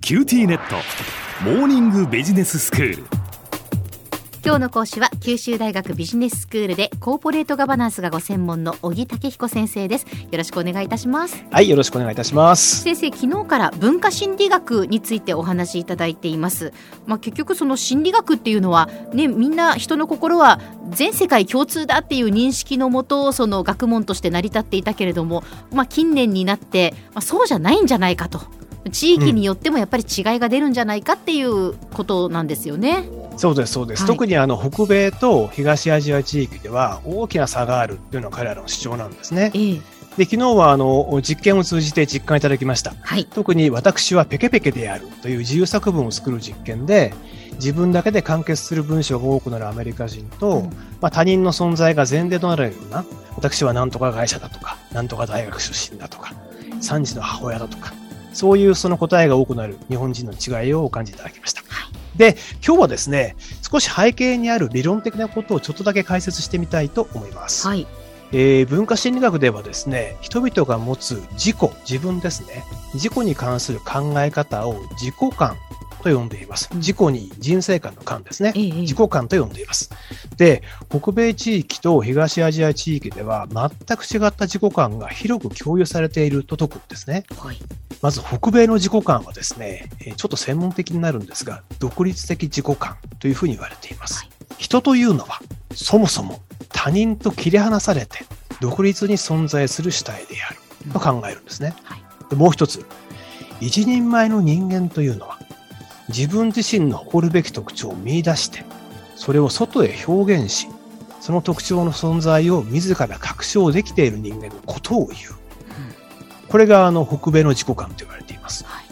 キューティーネットモーニングビジネススクール。 今日の講師は九州大学ビジネススクールでコーポレートガバナンスがご専門の小木武彦先生です。よろしくお願いいたします。 はい、よろしくお願いいたします。 先生、昨日から文化心理学についてお話しいただいています。結局その心理学っていうのは、ね、みんな人の心は全世界共通だっていう認識のもと、その学問として成り立っていたけれども、近年になって、そうじゃないんじゃないかと、地域によってもやっぱり違いが出るんじゃないかっていうことなんですよね。 そうですそうです、はい、特に北米と東アジア地域では大きな差があるっていうのが彼らの主張なんですね。で、昨日は実験を通じて実感いただきました、はい、特に私はペケペケであるという自由作文を作る実験で、自分だけで完結する文章が多くなるアメリカ人と、他人の存在が前提となるような、私は何とか会社だとか何とか大学出身だとか3児の母親だとか、そういうその答えが多くなる日本人の違いをお感じいただきました。で、今日はですね、少し背景にある理論的なことをちょっとだけ解説してみたいと思います。はい。文化心理学ではですね、人々が持つ自分ですね、自己に関する考え方を自己観と呼んでいます。自己に人生観の観ですね。自己観と呼んでいます。で、北米地域と東アジア地域では全く違った自己観が広く共有されていると説くんですね。はい。まず北米の自己観はですね、ちょっと専門的になるんですが、独立的自己観というふうに言われています。はい、人というのはそもそも他人と切り離されて独立に存在する主体であると考えるんですね。はい、で、もう一つ、一人前の人間というのは自分自身の誇るべき特徴を見出して、それを外へ表現し、その特徴の存在を自ら確証できている人間のことを言う。これが北米の自己観と言われています。はい、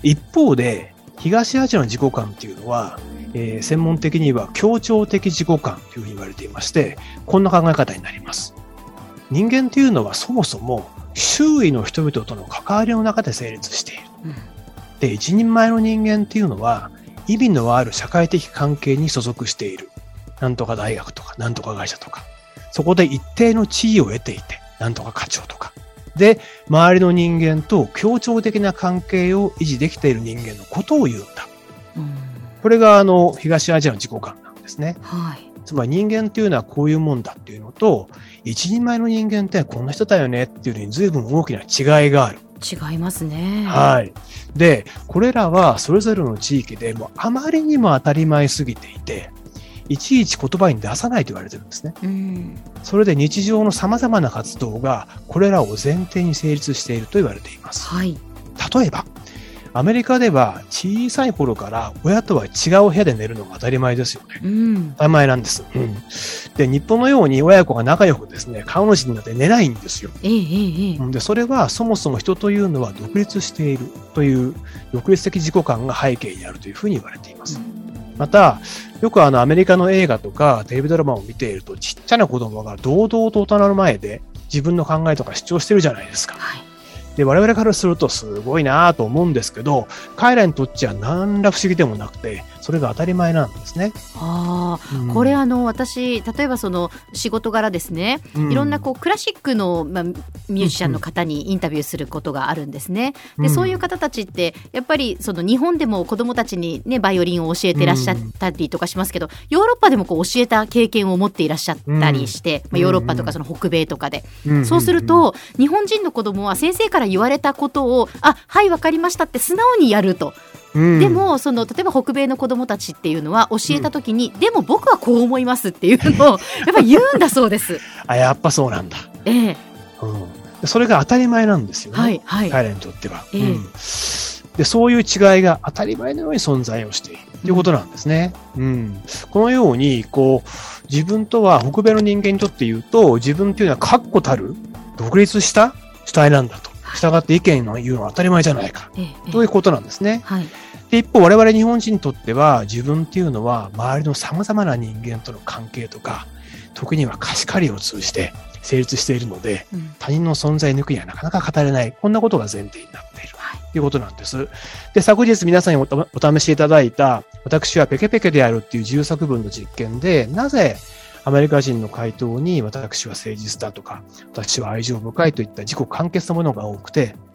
一方で、東アジアの自己観というのは、専門的には協調的自己観というふうに言われていまして、こんな考え方になります。人間というのはそもそも周囲の人々との関わりの中で成立している。で、一人前の人間というのは意味のある社会的関係に所属している。なんとか大学とか、なんとか会社とか。そこで一定の地位を得ていて、なんとか課長とか。で、周りの人間と協調的な関係を維持できている人間のことを言うんだ。これが東アジアの自己観なんですね。はい。つまり人間っていうのはこういうもんだっていうのと、一人前の人間ってこんな人だよねっていうのに随分大きな違いがある。 違いますね。 はい。で、これらはそれぞれの地域でもあまりにも当たり前すぎていて、いちいち言葉に出さないと言われてるんですね。それで日常の様々な活動がこれらを前提に成立していると言われています。はい。例えば、アメリカでは小さい頃から親とは違う部屋で寝るのが当たり前ですよね。当たり前なんです。で、日本のように親子が仲良くですね、顔の字になって寝ないんですよ。で、それはそもそも人というのは独立しているという独立的自己観が背景にあるというふうに言われています。また、よくアメリカの映画とかテレビドラマを見ていると、ちっちゃな子供が堂々と大人の前で自分の考えとか主張してるじゃないですか。はい。で、我々からするとすごいなぁと思うんですけど、彼らにとっちゃ何ら不思議でもなくて、それが当たり前なんですね。 これ私、例えばその仕事柄ですね、いろんなクラシックの、ミュージシャンの方にインタビューすることがあるんですね。で、そういう方たちってやっぱりその日本でも子どもたちにね、バイオリンを教えていらっしゃったりとかしますけど、ヨーロッパでも教えた経験を持っていらっしゃったりして、ヨーロッパとかその北米とかで、そうすると日本人の子どもは先生から言われたことをはいわかりましたって素直にやると。でも例えば北米の子どもたちっていうのは教えたときに、でも僕はこう思いますっていうのをやっぱり言うんだそうです。 やっぱそうなんだ。それが当たり前なんですよね。彼らにとっては。で、そういう違いが当たり前のように存在をしているということなんですね。このように自分とは北米の人間にとって言うと、自分というのは確固たる独立した主体なんだと。従って意見を言うのは当たり前じゃないか。ということなんですね。で、一方、我々日本人にとっては、自分っていうのは周りの様々な人間との関係とか、時には貸し借りを通じて成立しているので、他人の存在抜きにはなかなか語れない、こんなことが前提になっている。ということなんです。で、昨日皆さんにお試しいただいた、私はペケペケであるっていう自由作文の実験で、なぜアメリカ人の回答に私は誠実だとか、私は愛情深いといった自己完結のものが多くて、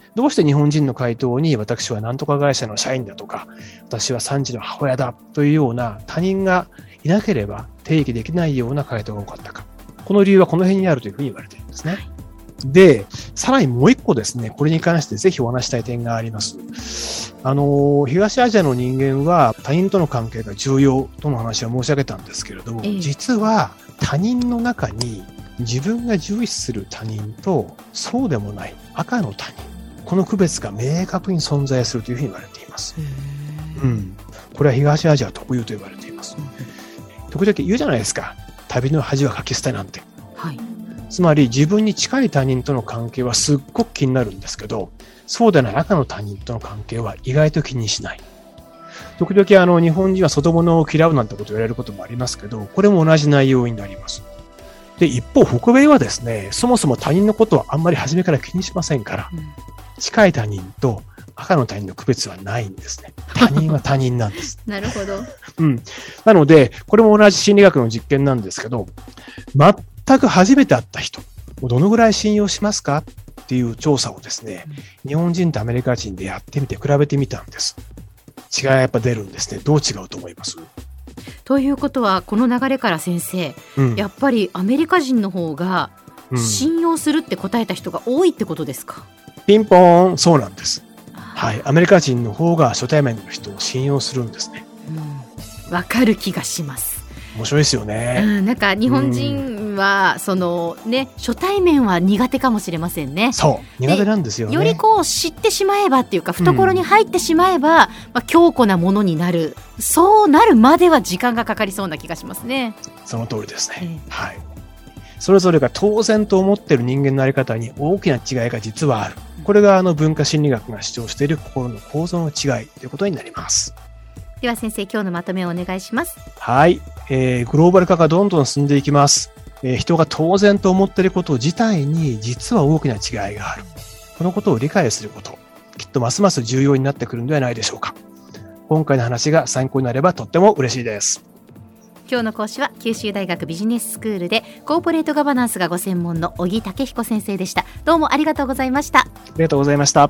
どうして日本人の回答に私は何とか会社の社員だとか、私は3児の母親だというような他人がいなければ定義できないような回答が多かったか。この理由はこの辺にあるというふうに言われているんですね。で、さらにもう一個ですね、これに関してぜひお話したい点があります。東アジアの人間は他人との関係が重要との話は申し上げたんですけれども、実は他人の中に自分が重視する他人とそうでもない赤の他人、この区別が明確に存在するというふうに言われています。これは東アジア特有と言われています。時々言うじゃないですか。旅の恥はかき捨てなんて。つまり自分に近い他人との関係はすっごく気になるんですけど、そうでない赤の他人との関係は意外と気にしない。時々日本人は外物を嫌うなんてことを言われることもありますけど、これも同じ内容になります。で、一方北米はですね、そもそも他人のことはあんまり初めから気にしませんから、近い他人と赤の他人の区別はないんですね。他人は他人なんです。 なるほど。 なので、これも同じ心理学の実験なんですけど、全く初めて会った人、どのぐらい信用しますかっていう調査をですね、日本人とアメリカ人でやってみて比べてみたんです。違いがやっぱ出るんですね。どう違うと思います？ ということは、この流れから先生、やっぱりアメリカ人の方が信用するって答えた人が多いってことですか？ ピンポーン、そうなんです。はい、アメリカ人の方が初対面の人を信用するんですね。 わかる気がします。 面白いですよね。 なんか日本人は初対面は苦手かもしれませんね。 そう苦手なんですよね。 より知ってしまえばっていうか、懐に入ってしまえば、強固なものになる。そうなるまでは時間がかかりそうな気がしますね。 その通りですね。はい。それぞれが当然と思っている人間の在り方に大きな違いが実はある。これが文化心理学が主張している心の構造の違いということになります。 では先生、今日のまとめをお願いします。 はい、グローバル化がどんどん進んでいきます。人が当然と思っていること自体に実は大きな違いがある。このことを理解すること、きっとますます重要になってくるのではないでしょうか。今回の話が参考になればとっても嬉しいです。 今日の講師は九州大学ビジネススクールでコーポレートガバナンスがご専門の小木武彦先生でした。どうもありがとうございました。 ありがとうございました。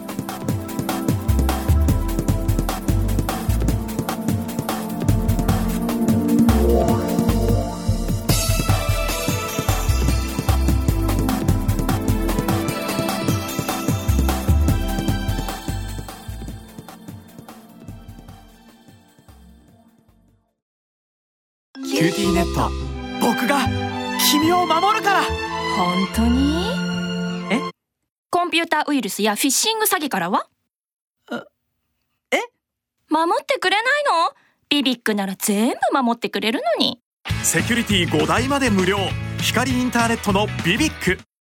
キューティーネット、僕が君を守るから。 本当に？コンピューターウイルスやフィッシング詐欺からは？守ってくれないの？ビビックなら全部守ってくれるのに。 セキュリティ5台まで無料。光インターネットのビビック。